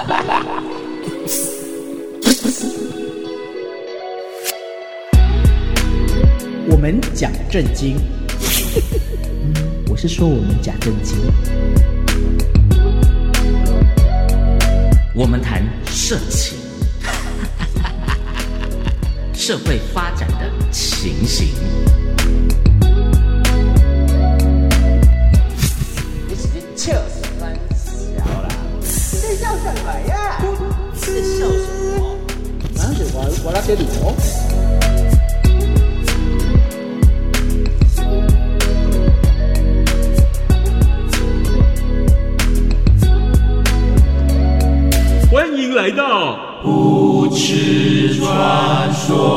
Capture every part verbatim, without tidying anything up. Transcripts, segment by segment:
我们讲正经，我是说我们讲正经。 我们谈社情，社会发展的情形。 你是笑三小啦？你笑什么呀？你在笑什么？那是我我那边理由。 欢迎来到不耻传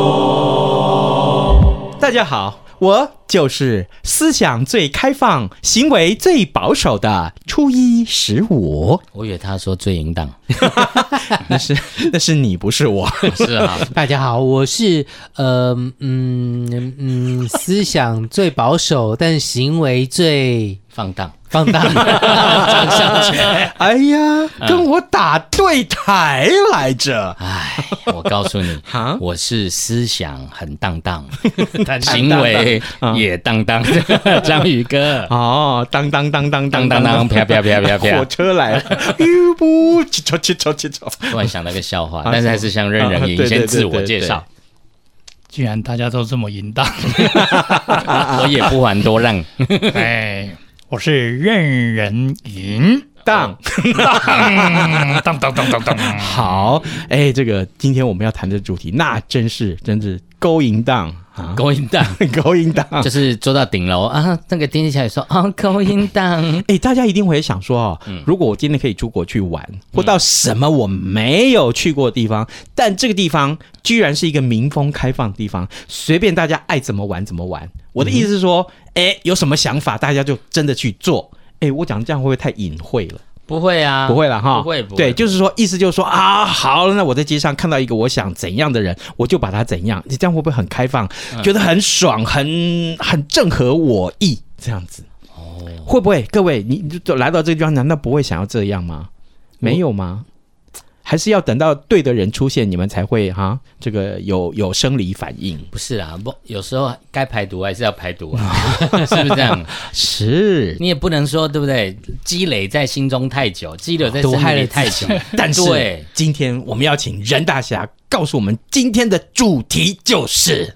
说。 大家好，我就是思想最开放、行为最保守的初一十五。 我以为他说最淫荡， 那是那是你，不是我。 是啊。 大家好，我是呃嗯嗯思想最保守，但行为最放荡。 放荡，张孝全。 哎呀，跟我打对台来着。 哎，我告诉你，我是思想很荡荡，行为也荡荡。章鱼哥， 哦，当当当当当当当，啪啪啪啪啪， 火车来了，哟不，起走起走起走。 突然想到个笑话，但是还是像任人赢，先自我介绍。 既然大家都这么淫荡， 我也不遑多让。 哎。我是任人淫荡荡荡荡荡荡。 好，哎，这个今天我们要谈的主题，那真是真是勾淫荡啊， 勾淫荡， 勾淫荡， 就是坐到顶楼啊，那个电起来说啊，勾淫荡。 哎，大家一定会想说哦，嗯、如果我今天可以出国去玩，或到什么我没有去过的地方，嗯、但这个地方居然是一个民风开放的地方，随便大家爱怎么玩怎么玩。我的意思是说，哎、嗯，有什么想法，大家就真的去做。哎，我讲这样会不会太隐晦了？ 不会啊， 不会啦哈， 不会不会。 对，就是说，意思就是说啊，好，那我在街上看到一个我想怎样的人，我就把他怎样。你这样会不会很开放，嗯、觉得很爽，很很正合我意这样子？哦，会不会？各位，你就来到这个地方，难道不会想要这样吗？没有吗？还是要等到对的人出现，你们才会哈，这个有有生理反应？ 不是啊，不，有时候该排毒还是要排毒啊，是不是这样？ 是， 你也不能说对不对？积累在心中太久，积累在身体里太久。 但是今天我们要请任大侠告诉我们，今天的主题就是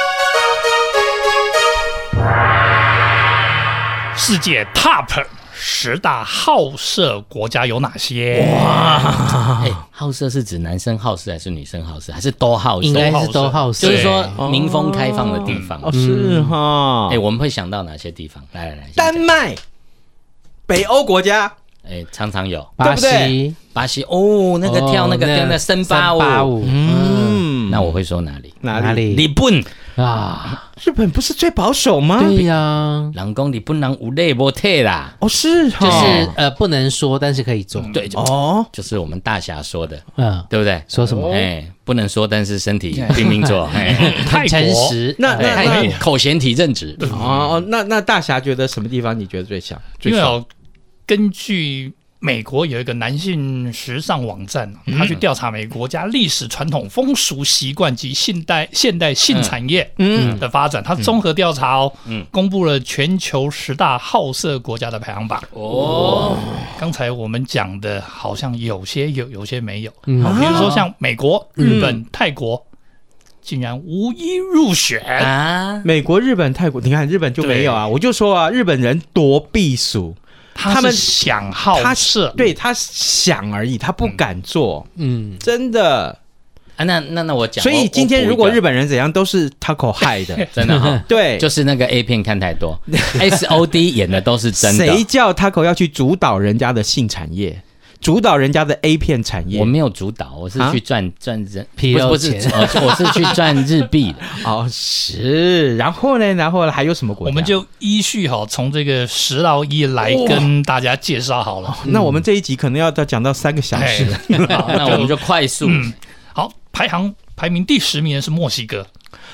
世界 Top。十大好色国家有哪些？ 哇！欸、好色是指男生好色还是女生好色，还是都好色？ 应该是都好色， 就是说民风开放的地方。 哦，是哈。 哎、欸，我们会想到哪些地方？来来来， 丹麦、北欧国家。 哎、欸，常常有巴西， 巴西哦，那个跳那个跳那森巴舞，嗯，那我会说哪里？ 哪里？ 日本啊， 日本不是最保守吗？ 对呀、啊， 人讲日本人有内无体啦。 哦，是， 就是呃不能说，但是可以做。 嗯、对，哦，就是我们大侠说的，嗯，对不对？ 说什么？ 哎、欸，不能说，但是身体拼命做，哎、 很诚实。 那那那口嫌体正直。 哦，那那大侠觉得什么地方你觉得最像？最因为有根据美国有一个男性时尚网站，他去调查美国家历史、传统、风俗习惯及现代现代性产业的发展，他综合调查哦，公布了全球十大好色国家的排行榜。哦，刚才我们讲的好像有些有，有些没有。嗯，比如说像美国、日本、泰国。竟然无一入选啊！ 美国、日本、泰国，你看日本就没有啊！我就说啊，日本人多避暑， 他们想好色， 对他想而已，他不敢做。嗯，真的啊。那那那我讲， 所以今天如果日本人怎样，都是 Taco 害的， 真的哈、哦。 对， 就是那个 A 片看太多，S O D 演的都是真的。 谁叫 Taco 要去主导人家的性产业？主导人家的 A 片产业， 我没有主导，我是去赚赚人皮肉钱， 我是去赚日币的。 哦，是，然后呢，然后还有什么国家？ 我们就依序哈，从这个十到一来跟大家介绍好了。 那我们这一集可能要讲到三个小时， 好，那我们就快速。 嗯，好，排行排名第十名的是墨西哥。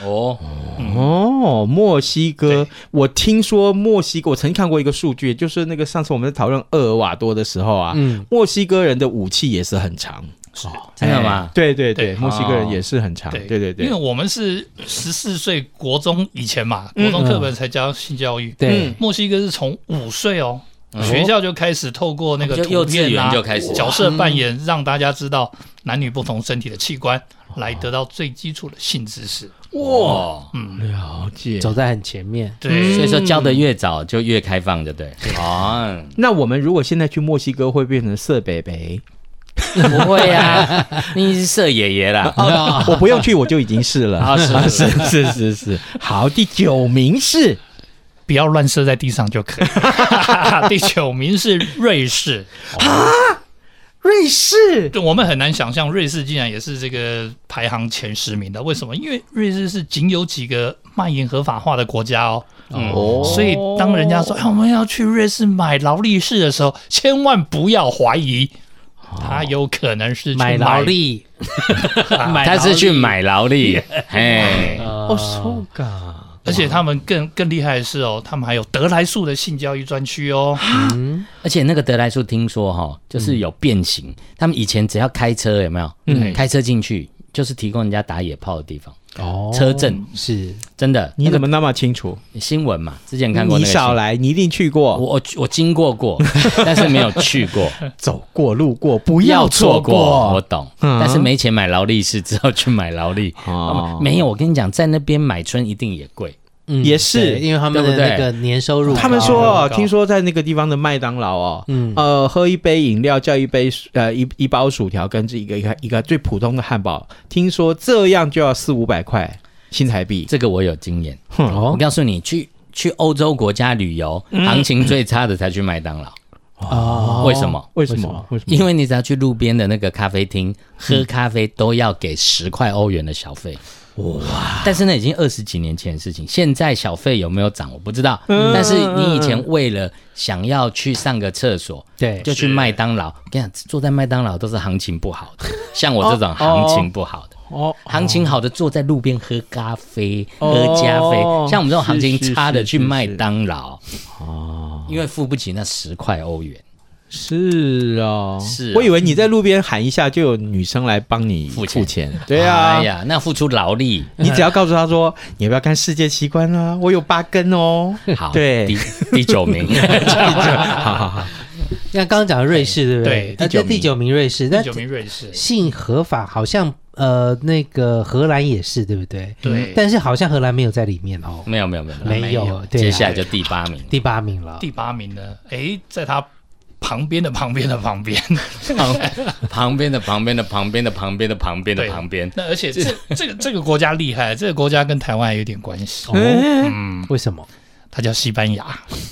哦， 哦，墨西哥对， 我听说墨西哥，我曾经看过一个数据，就是那个上次我们在讨论厄尔瓦多的时候啊， 嗯墨西哥人的武器也是很长。 真的吗哎？对对对， 对墨西哥人也是很长。 对对对对因为，我们是十四岁国中以前嘛，国中课本才教性教育。 对嗯， 墨西哥是从五岁哦，学校就开始透过那个就幼稚图片啊园就开始角色扮演，让大家知道男女不同身体的器官，来得到最基础的性知识。 哇， 嗯， 了解。 走在很前面。 对， 所以说教的越早就越开放，对不对？哦， 那我们如果现在去墨西哥，会变成色北北？ 不会啊，你是色爷爷啦。 我不用去，我就已经是了。 啊是是是是是。好，第九名是不要乱射在地上就可以。第九名是瑞士， 瑞士。 对，我们很难想象瑞士竟然也是这个排行前十名的。为什么？因为瑞士是仅有几个卖淫合法化的国家哦。 哦所以当人家说、哎、我们要去瑞士买劳力士的时候，千万不要怀疑，他有可能是去买劳力，买他是去劳力买劳力，哎， 哦，so ga。 而且他们更更厉害的是哦，他们还有德来素的性教育专区哦。 而且那个德莱素听说哈，就是有变形。他们以前只要开车有没有？ 嗯开车进去就是提供人家打野炮的地方， 哦， 车震是真的。 你怎么那么清楚？ 那个新闻嘛？之前看过那你个新闻。 少来，你一定去过。 我我我经过过，但是没有去过。 走过路过，不不要错错过。 我懂， 嗯但是没钱买劳力士，只好去买劳力。 哦没有，我跟你讲，在那边买春一定也贵。 嗯也是对因为他们的对不对那个年收入高， 他们说哦， 高听说在那个地方的麦当劳哦， 嗯呃，喝一杯饮料叫一杯呃一一包薯条跟这一个一个一个最普通的汉堡，听说这样就要四五百块新台币。 这个我有经验。 哼我哦告诉你，去去欧洲国家旅游，行情最差的才去麦当劳。 哦为什么？ 为什么为什么？ 为什么？ 因为你只要去路边的那个咖啡厅喝咖啡，都要给十块欧元的小费。哇！但是那已经二十几年前的事情，现在小费有没有涨我不知道。但是你以前为了想要去上个厕所， 对， 就去麦当劳。我跟你讲，坐在麦当劳都是行情不好的，像我这种行情不好的。 哦， 行情好的坐在路边喝咖啡、 哦喝加啡，像我们这种行情差的是是去麦当劳， 哦， 因为付不起那十块欧元。 是哦， 是啊我以为你在路边喊一下，就有女生来帮你付钱付钱。对啊， 哎呀，那付出劳力。 你只要告诉他说，你要不要看世界奇观啊？我有八根哦。 好， 对第第九名， 好好好， 像刚刚讲的瑞士，对不对？ 对呃第九名第九名瑞士，但第九名瑞士， 性合法好像呃那个荷兰也是，对不对？ 对但是好像荷兰没有在里面哦， 没有没有没有没有对啊接下来就第八名， 第八名了。 第八名呢？哎，在他旁边的旁边的旁边， 旁旁边的旁边的旁边的旁边的旁边的对旁边， 那而且这这个这个国家厉害，这个国家跟台湾还有点关系。 哦， 嗯， 为什么？ 它叫西班牙。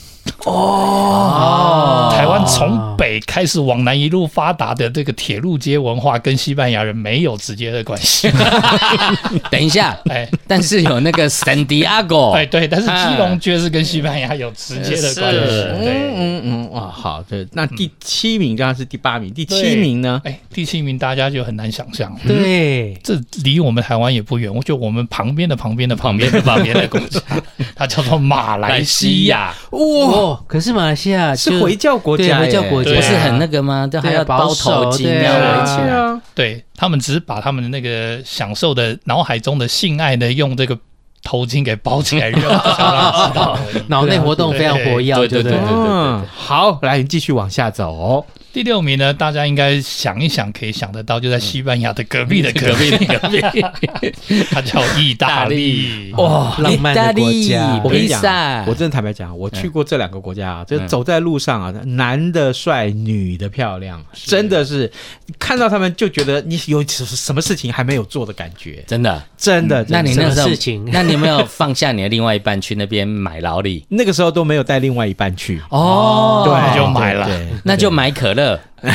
哦台湾从北开始往南一路发达的这个铁路街文化，跟西班牙人没有直接的关系。 等一下， 哎但是有那个圣地亚哥， 哎，对，但是基隆却是跟西班牙有直接的关系。 是对， 嗯嗯，哇，好，对，那第七名刚刚是第八名，第七对名呢？ 哎，第七名大家就很难想象， 对， 这离我们台湾也不远，就我们旁边的旁边的旁边的旁边的国家，它叫做马来西亚。 哇， 哦，可是马来西亚是就回教国家对耶， 回教国家对不是很那个吗？都还要包头巾，要对啊保守围起来。 对啊， 对他们只是把他们的那个享受的脑海中的性爱呢，用这个头巾给包起来，让让人知道而已。 脑内活动非常活跃，对不对对对对嗯，好，来，你继续往下走哦。 第六名呢，大家应该想一想，可以想得到，就在西班牙的隔壁的隔壁的隔壁，它叫意大利。 哇， 浪漫的国家我跟你披萨讲，我真的坦白讲，我去过这两个国家啊，就走在路上啊，男的帅，女的漂亮，真的是看到他们就觉得你有什么事情还没有做的感觉， 真的？ 真的。真的那你那时候什么事情那你有没有放下你的另外一半去那边买劳力？ 那个时候都没有带另外一半去， 哦那就买了对对那就买可乐。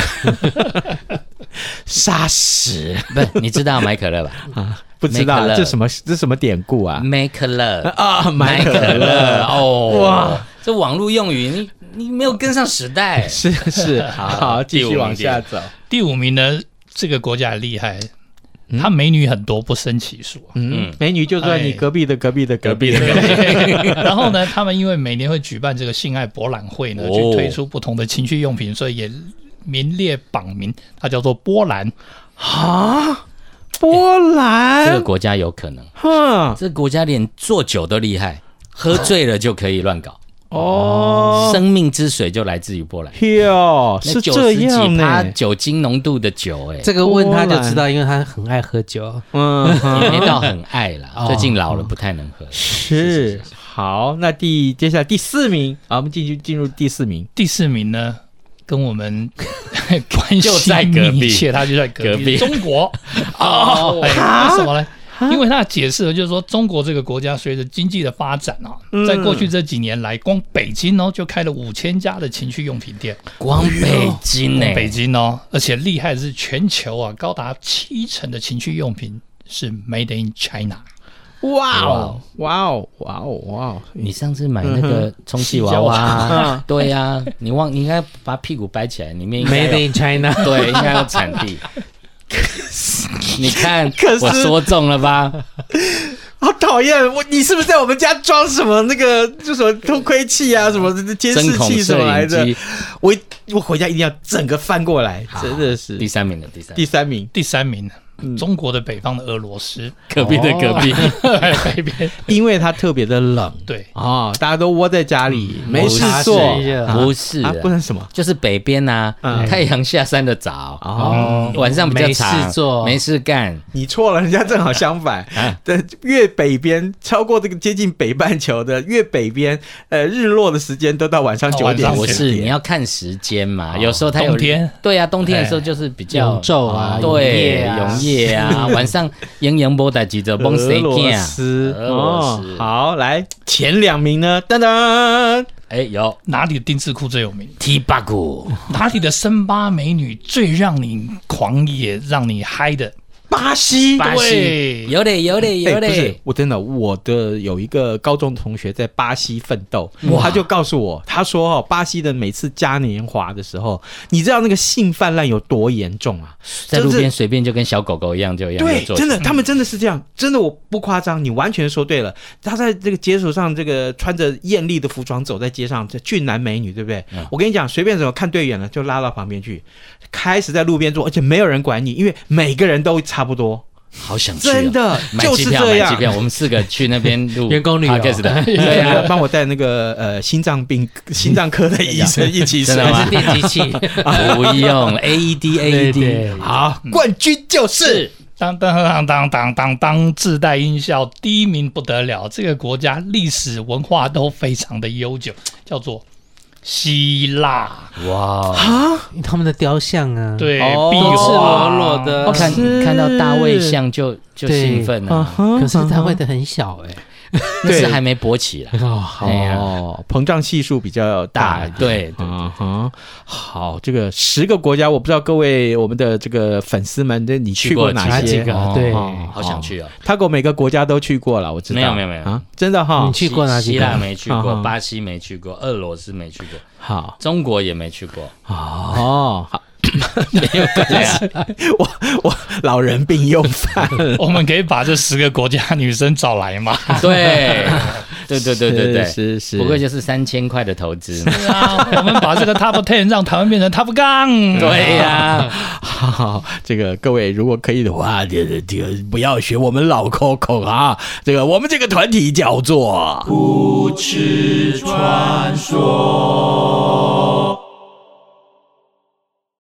杀死不是，你知道买可乐吧？ 啊！不知道买可乐这什么这什么典故啊？ 买可乐， 啊，买可买可乐乐， 哦！ 哇哇，这网络用语，你你没有跟上时代。 是是，好，继续往下走。 第五名呢，这个国家很厉害， 它美女很多，不胜其数。 嗯，美女就在你隔壁的隔壁的隔壁的。 然后呢，他们因为每年会举办这个性爱博览会呢，去推出不同的情趣用品，所以也名列榜名，它叫做波兰。 啊，波兰、 欸、这个国家有可能， 哼， 这个国家连做酒都厉害，喝醉了就可以乱搞。 哦， 生命之水就来自于波兰。 哟，是这样呢， 呢， 酒精浓度的酒，哎， 这个问他就知道，因为他很爱喝酒。 嗯， 也没到很爱啦，最近老了不太能喝。 是，好，那第接下来第四名，好，我们进去进入第四名。 第四名呢，跟我们关系密切，他就在隔壁，中国。哦，为什么呢？因为他的解释就是说，中国这个国家随着经济的发展啊，嗯、在过去这几年来，光北京哦就开了五千家的情趣用品店。 光北京呢、欸？ 北京哦，而且厉害的是全球啊高达七成的情趣用品是 Made in China。 哇哦哇哦哇哦哇哦！ 你上次买那个充气娃娃，对呀、啊，你忘你应该把屁股掰起来，里面应该 Made in China， 对，应该有产地。你看，我说中了吧？ 好讨厌！我你是不是在我们家装什么那个就什么偷窥器啊，什么监视器什么来着？我我回家一定要整个翻过来，真的是。 第三名的第三， 第三名， 第三名。嗯、中国的北方的俄罗斯， 隔壁的隔壁， 北边， 因为它特别的冷， 对啊、哦，大家都窝在家里、嗯、没事做， 不是、啊啊，不能什么， 就是北边啊，嗯、太阳下山的早，哦，晚上比较长， 没事做， 没事干。 你错了，人家正好相反，对，越北边超过这个接近北半球的越北边，呃，日落的时间都到晚上九点， 不是你要看时间嘛，有时候它有冬天， 对啊，冬天的时候就是比较永昼啊， 对， 永夜啊，晚上营营波代记者崩谁俄斯，俄罗斯，好，来前两名呢？噔噔， 哎，有哪里的丁字裤最有名 ？T 八股， 哪里的森巴美女最让你狂野、让你嗨的？ 巴西， 巴西有嘞有嘞有嘞、 欸，不是，我真的，我的有一个高中同学在巴西奋斗，他就告诉我，他说哦，巴西的每次嘉年华的时候，你知道那个性泛滥有多严重啊？ 在路边随便就跟小狗狗一样就一样， 对，真的，他们真的是这样，真的我不夸张，你完全说对了。他在这个街头上，这个穿着艳丽的服装走在街上，这俊男美女，对不对？嗯、我跟你讲，随便怎么看对眼了，就拉到旁边去，开始在路边做，而且没有人管你，因为每个人都差不多。 好想去、哦， 真的就是这样。 买机票，我们四个去那边录员工旅游的， 对啊，帮我带那个呃心脏病、心脏科的医生一起真的吗？ 电机器不用 A E D A E D， 好，冠军就是当当当当当当当自带音效，第一名不得了。这个国家历史文化都非常的悠久，叫做希腊。 哇啊！他们的雕像啊， 对， 哦、 壁赤裸裸的， 看看到大卫像就就兴奋了、啊。 可是大卫的很小哎、 欸，那是还没勃起了哦，好、哦，膨胀系数比较大。 对，对嗯哼，好，这个十个国家，我不知道各位我们的这个粉丝们，你去过哪些？ 哦、对、 哦，好想去哦。 他给我每个国家都去过了，我知道。 没有没有没有啊，真的哈、哦， 你去过哪几个？ 希腊没去过，巴西没去过，俄罗斯没去过。 好， 中国也没去过哦，好， 没有关系， 我我老人病又犯了。 我们可以把这十个国家女生找来嘛？ 对，对对对对对， 是是， 不过就是三千块的投资。 对啊，我们把这个 Top Ten 让台湾变成 Top 杠。 对呀、啊， 好，这个各位如果可以的话，这个这个不要学我们老 Coco 啊，这个我们这个团体叫做不耻传说。